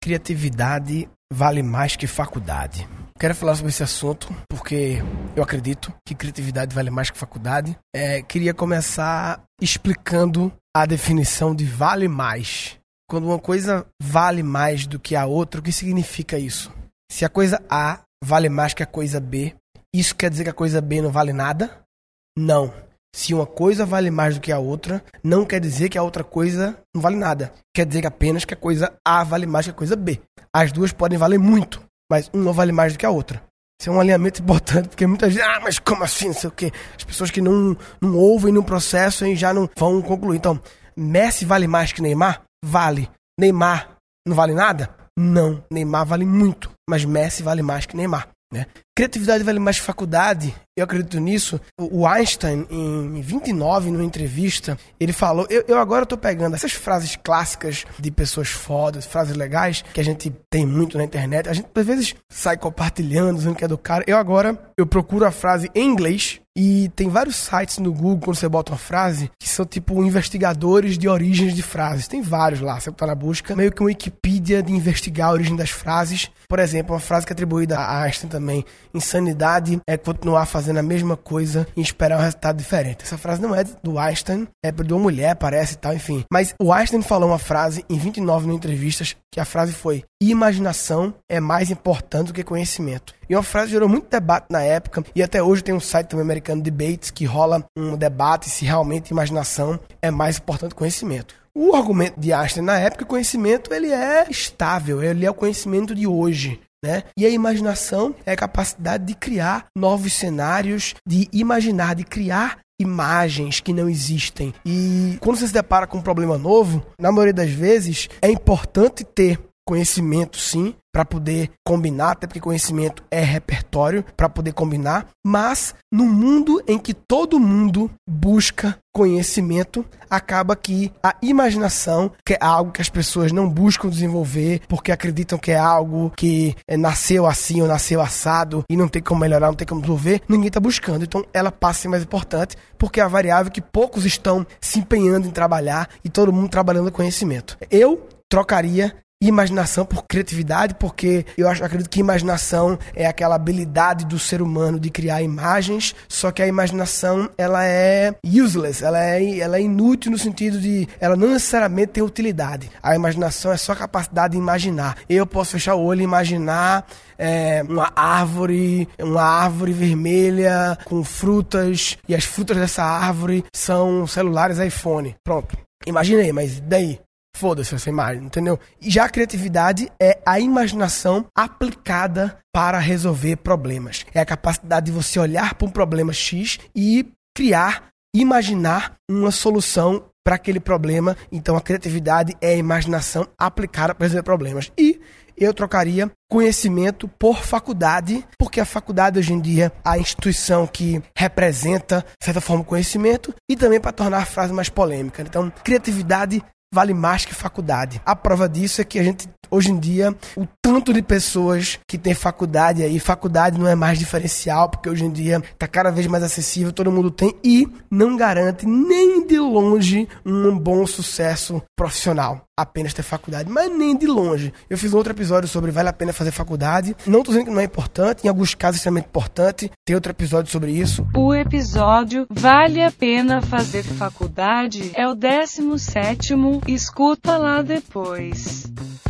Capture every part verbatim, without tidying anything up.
Criatividade vale mais que faculdade. Quero falar sobre esse assunto porque eu acredito que criatividade vale mais que faculdade. É, queria começar explicando a definição de vale mais. Quando uma coisa vale mais do que a outra, o que significa isso? Se a coisa A vale mais que a coisa B, isso quer dizer que a coisa B não vale nada? Não. Se uma coisa vale mais do que a outra, não quer dizer que a outra coisa não vale nada. Quer dizer apenas que a coisa A vale mais que a coisa B. As duas podem valer muito, mas uma vale mais do que a outra. Isso é um alinhamento importante, porque muita gente, ah, mas como assim, não sei o quê. As pessoas que não, não ouvem no processo e já não vão concluir. Então, Messi vale mais que Neymar? Vale. Neymar não vale nada? Não. Neymar vale muito, mas Messi vale mais que Neymar. Né? Criatividade vale mais que faculdade, eu acredito nisso. O Einstein, em vinte e nove, numa entrevista, ele falou, eu, eu agora estou pegando essas frases clássicas de pessoas fodas, frases legais, que a gente tem muito na internet, a gente às vezes sai compartilhando, dizendo que é do cara. Eu agora, eu procuro a frase em inglês, e tem vários sites no Google, quando você bota uma frase, que são tipo investigadores de origens de frases. Tem vários lá, você tá na busca, meio que uma Wikipedia de investigar a origem das frases. Por exemplo, uma frase que é atribuída a Einstein também, insanidade é continuar fazendo a mesma coisa e esperar um resultado diferente. Essa frase não é do Einstein, é de uma mulher, parece e tal, enfim. Mas o Einstein falou uma frase em vinte e nove no entrevistas, que a frase foi: imaginação é mais importante do que conhecimento. E uma frase gerou muito debate na época, e até hoje tem um site também americano, Debates, que rola um debate se realmente imaginação é mais importante que conhecimento. O argumento de Einstein na época, o conhecimento ele é estável, ele é o conhecimento de hoje. Né? E a imaginação é a capacidade de criar novos cenários, de imaginar, de criar imagens que não existem. E quando você se depara com um problema novo, na maioria das vezes, é importante ter conhecimento, sim, para poder combinar, até porque conhecimento é repertório, para poder combinar, mas no mundo em que todo mundo busca conhecimento, acaba que a imaginação, que é algo que as pessoas não buscam desenvolver, porque acreditam que é algo que nasceu assim ou nasceu assado e não tem como melhorar, não tem como desenvolver, ninguém está buscando. Então ela passa a ser mais importante, porque é a variável que poucos estão se empenhando em trabalhar e todo mundo trabalhando conhecimento. Eu trocaria imaginação por criatividade, porque eu acho, acredito que imaginação é aquela habilidade do ser humano de criar imagens, só que a imaginação ela é useless, ela é, ela é inútil no sentido de ela não necessariamente tem utilidade. A imaginação é só a capacidade de imaginar. Eu posso fechar o olho e imaginar é, uma árvore, uma árvore vermelha com frutas, e as frutas dessa árvore são celulares iPhone. Pronto. Imaginei, mas daí? Foda-se essa imagem, entendeu? E já a criatividade é a imaginação aplicada para resolver problemas. É a capacidade de você olhar para um problema X e criar, imaginar uma solução para aquele problema. Então a criatividade é a imaginação aplicada para resolver problemas. E eu trocaria conhecimento por faculdade, porque a faculdade hoje em dia é a instituição que representa, de certa forma, o conhecimento, e também para tornar a frase mais polêmica. Então, criatividade vale mais que faculdade. A prova disso é que a gente, hoje em dia, o tanto de pessoas que tem faculdade aí, faculdade não é mais diferencial, porque hoje em dia está cada vez mais acessível, todo mundo tem, e não garante nem de longe um bom sucesso profissional. Apenas ter faculdade, mas nem de longe. Eu fiz um outro episódio sobre vale a pena fazer faculdade. Não estou dizendo que não é importante, em alguns casos é extremamente importante. Tem outro episódio sobre isso. O episódio Vale a Pena Fazer Faculdade é o décimo sétimo, escuta lá depois.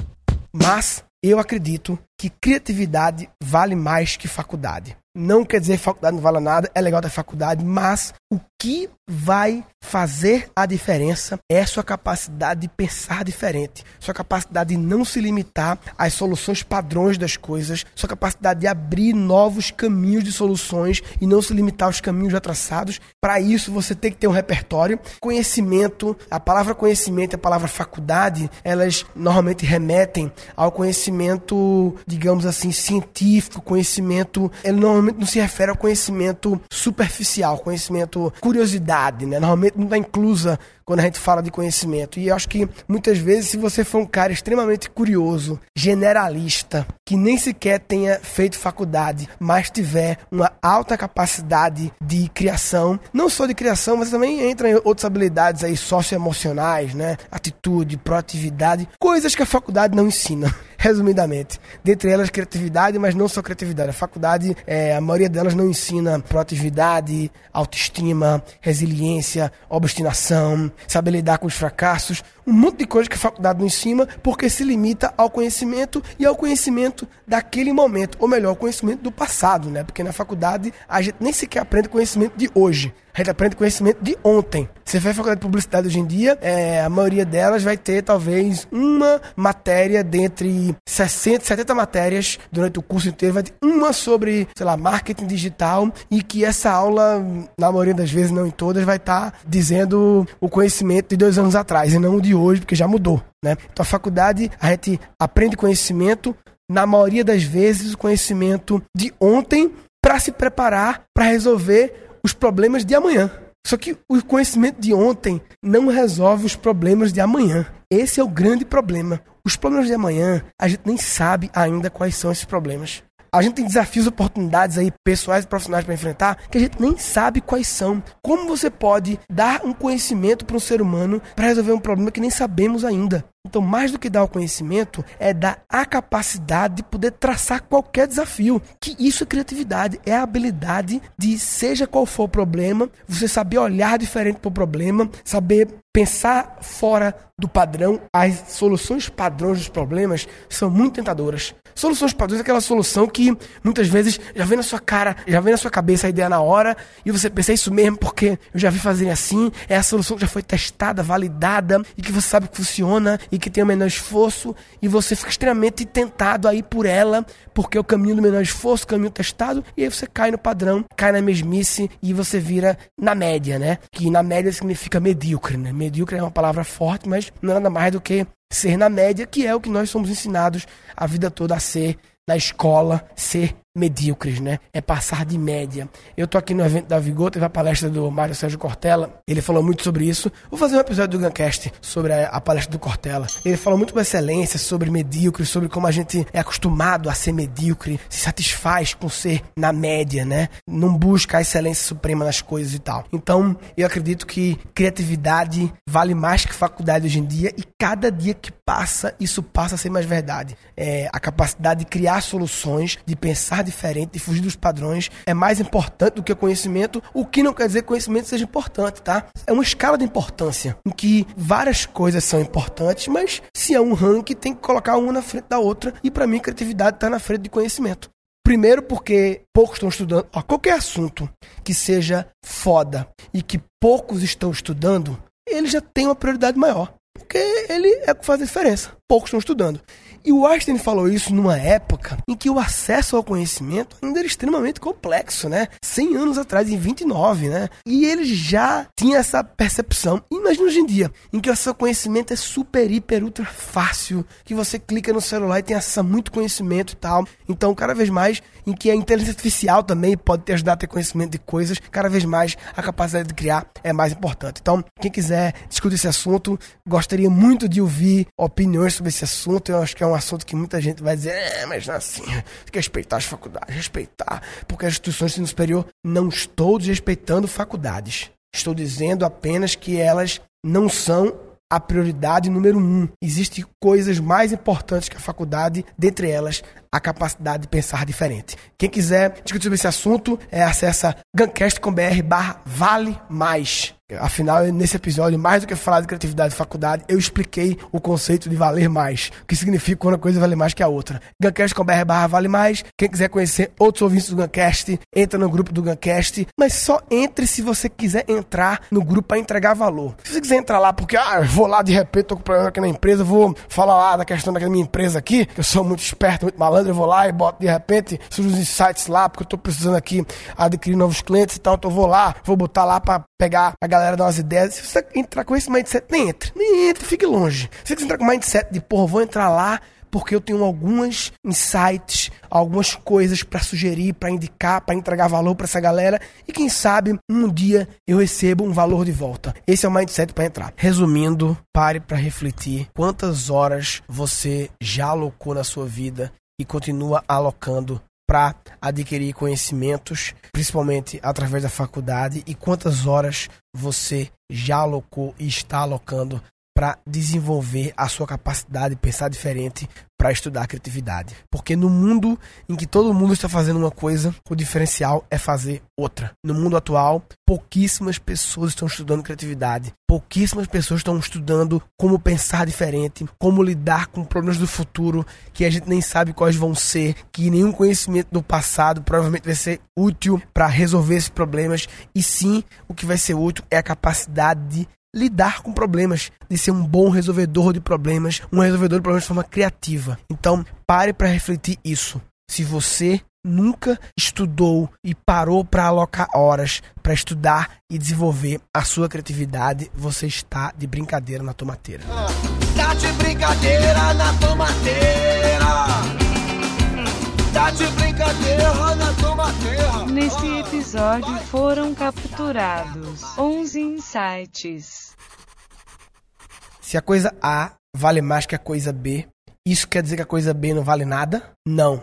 Mas eu acredito que criatividade vale mais que faculdade. Não quer dizer que faculdade não vale nada, é legal ter faculdade, mas o que vai fazer a diferença é sua capacidade de pensar diferente, sua capacidade de não se limitar às soluções padrões das coisas, sua capacidade de abrir novos caminhos de soluções e não se limitar aos caminhos já traçados. Para isso, você tem que ter um repertório. Conhecimento, a palavra conhecimento e a palavra faculdade, elas normalmente remetem ao conhecimento, digamos assim, científico, conhecimento, ele normalmente não se refere ao conhecimento superficial, conhecimento curiosidade, né? Normalmente não está inclusa quando a gente fala de conhecimento. E eu acho que muitas vezes, se você for um cara extremamente curioso, generalista, que nem sequer tenha feito faculdade, mas tiver uma alta capacidade de criação, não só de criação, mas também entra em outras habilidades aí socioemocionais, né? Atitude, proatividade, coisas que a faculdade não ensina. resumidamente. Dentre elas, criatividade, mas não só criatividade. A faculdade, é, a maioria delas não ensina proatividade, autoestima, resiliência, obstinação, saber lidar com os fracassos, um monte de coisa que a faculdade não ensina porque se limita ao conhecimento e ao conhecimento daquele momento, ou melhor, ao conhecimento do passado, né? Porque na faculdade a gente nem sequer aprende conhecimento de hoje. A gente aprende conhecimento de ontem. Você faz faculdade de publicidade hoje em dia, é, a maioria delas vai ter talvez uma matéria dentre sessenta, setenta matérias durante o curso inteiro, vai ter uma sobre, sei lá, marketing digital, e que essa aula, na maioria das vezes, não em todas, vai estar tá dizendo o conhecimento de dois anos atrás e não o de hoje, porque já mudou, né? Então a faculdade, a gente aprende conhecimento, na maioria das vezes, o conhecimento de ontem para se preparar para resolver os problemas de amanhã. Só que o conhecimento de ontem não resolve os problemas de amanhã. Esse é o grande problema. Os problemas de amanhã, a gente nem sabe ainda quais são esses problemas. A gente tem desafios, oportunidades aí, pessoais e profissionais para enfrentar, que a gente nem sabe quais são. Como você pode dar um conhecimento para um ser humano para resolver um problema que nem sabemos ainda? Então, mais do que dar o conhecimento, é dar a capacidade de poder traçar qualquer desafio. Que isso é criatividade, é a habilidade de, seja qual for o problema, você saber olhar diferente para o problema, saber pensar fora do padrão. As soluções padrões dos problemas são muito tentadoras. Soluções padrões é aquela solução que muitas vezes já vem na sua cara, já vem na sua cabeça a ideia na hora e você pensa, é isso mesmo porque eu já vi fazer assim, é a solução que já foi testada, validada e que você sabe que funciona e que tem o menor esforço, e você fica extremamente tentado a ir por ela porque é o caminho do menor esforço, o caminho testado, e aí você cai no padrão, cai na mesmice e você vira na média, né? Que na média significa medíocre, né? Medíocre é uma palavra forte, mas não é nada mais do que ser na média, que é o que nós somos ensinados a vida toda a ser na escola, ser medíocres, né? É passar de média. Eu tô aqui no evento da Vigor, teve a palestra do Mário Sérgio Cortella, ele falou muito sobre isso. Vou fazer um episódio do Guncast sobre a, a palestra do Cortella. Ele falou muito sobre excelência, sobre medíocre, sobre como a gente é acostumado a ser medíocre, se satisfaz com ser na média, né? Não busca a excelência suprema nas coisas e tal. Então, eu acredito que criatividade vale mais que faculdade hoje em dia, e cada dia que passa, isso passa a ser mais verdade. É, a capacidade de criar soluções, de pensar diferente, de fugir dos padrões, é mais importante do que o conhecimento, o que não quer dizer que o conhecimento seja importante, tá? É uma escala de importância, em que várias coisas são importantes, mas se é um ranking, tem que colocar uma na frente da outra, e para mim, criatividade está na frente de conhecimento. Primeiro porque poucos estão estudando, ó, qualquer assunto que seja foda e que poucos estão estudando, ele já tem uma prioridade maior, porque ele é o que faz a diferença. Poucos estão estudando. E o Einstein falou isso numa época em que o acesso ao conhecimento ainda era extremamente complexo, né? cem anos atrás, em vinte e nove, né? E ele já tinha essa percepção. Imagina hoje em dia, em que o seu conhecimento é super, hiper, ultra fácil, que você clica no celular e tem acesso a muito conhecimento e tal. Então, cada vez mais, em que a inteligência artificial também pode te ajudar a ter conhecimento de coisas, cada vez mais a capacidade de criar é mais importante. Então, quem quiser discutir esse assunto, gostaria muito de ouvir opiniões sobre esse assunto. Eu acho que é um assunto que muita gente vai dizer, é, mas não é assim, tem que respeitar as faculdades, respeitar, porque as instituições de ensino superior, não estou desrespeitando faculdades. Estou dizendo apenas que elas não são a prioridade número um. Existem coisas mais importantes que a faculdade, dentre elas, a capacidade de pensar diferente. Quem quiser discutir sobre esse assunto, é, acessa guncast.com.br barra vale mais. Afinal, nesse episódio, mais do que falar de criatividade de faculdade, eu expliquei o conceito de valer mais. O que significa quando a coisa vale mais que a outra. guncast.com.br barra vale mais. Quem quiser conhecer outros ouvintes do Guncast, entra no grupo do Guncast. Mas só entre se você quiser entrar no grupo para entregar valor. Se você quiser entrar lá porque, ah, eu vou lá de repente, tô com problema aqui na empresa, vou falar lá da questão daquela minha empresa aqui, que eu sou muito esperto, muito malandro, eu vou lá e boto de repente, surge os insights lá, porque eu tô precisando aqui adquirir novos clientes e tal, então eu vou lá, vou botar lá para pegar a galera, dar umas ideias. Se você entrar com esse mindset, nem entre, nem entre, fique longe. Se você quiser entrar com mindset de, porra, vou entrar lá porque eu tenho alguns insights, algumas coisas para sugerir, para indicar, para entregar valor para essa galera, e quem sabe um dia eu recebo um valor de volta. Esse é o mindset para entrar. Resumindo, pare para refletir quantas horas você já alocou na sua vida e continua alocando para adquirir conhecimentos, principalmente através da faculdade, e quantas horas você já alocou e está alocando para desenvolver a sua capacidade de pensar diferente para estudar a criatividade. Porque no mundo em que todo mundo está fazendo uma coisa, o diferencial é fazer outra. No mundo atual, pouquíssimas pessoas estão estudando criatividade. Pouquíssimas pessoas estão estudando como pensar diferente, como lidar com problemas do futuro, que a gente nem sabe quais vão ser, que nenhum conhecimento do passado provavelmente vai ser útil para resolver esses problemas. E sim, o que vai ser útil é a capacidade de lidar com problemas, de ser um bom resolvedor de problemas, um resolvedor de problemas de forma criativa. Então, pare para refletir isso. Se você nunca estudou e parou para alocar horas para estudar e desenvolver a sua criatividade, você está de brincadeira na tomateira. Ah, tá de brincadeira na tomateira. Tá de brincadeira na tomateira. Nesse episódio foram capturados onze insights. Se a coisa A vale mais que a coisa B, isso quer dizer que a coisa B não vale nada? Não.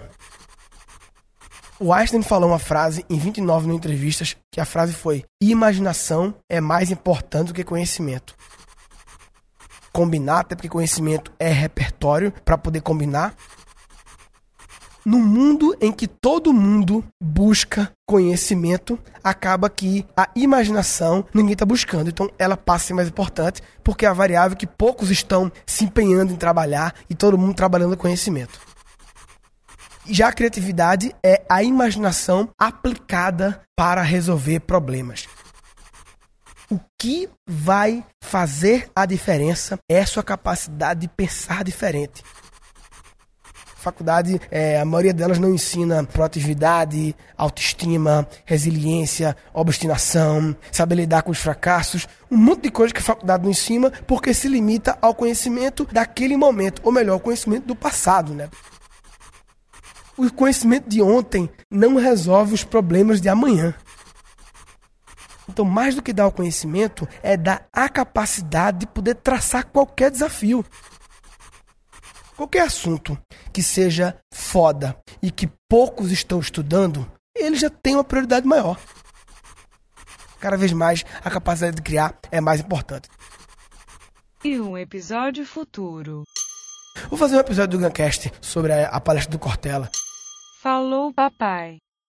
O Einstein falou uma frase em vinte e nove no entrevistas, que a frase foi: imaginação é mais importante do que conhecimento. Combinar, até porque conhecimento é repertório para poder combinar. No mundo em que todo mundo busca conhecimento, acaba que a imaginação ninguém está buscando. Então ela passa a ser mais importante, porque é a variável que poucos estão se empenhando em trabalhar e todo mundo trabalhando conhecimento. Já a criatividade é a imaginação aplicada para resolver problemas. O que vai fazer a diferença é a sua capacidade de pensar diferente. Faculdade, é, a maioria delas não ensina proatividade, autoestima, resiliência, obstinação, saber lidar com os fracassos, um monte de coisa que a faculdade não ensina porque se limita ao conhecimento daquele momento, ou melhor, o conhecimento do passado, né? O conhecimento de ontem não resolve os problemas de amanhã. Então, mais do que dar o conhecimento, é dar a capacidade de poder traçar qualquer desafio. Qualquer assunto que seja foda e que poucos estão estudando, ele já tem uma prioridade maior. Cada vez mais, a capacidade de criar é mais importante. E um episódio futuro. Vou fazer um episódio do Guncast sobre a, a palestra do Cortella. Falou, papai.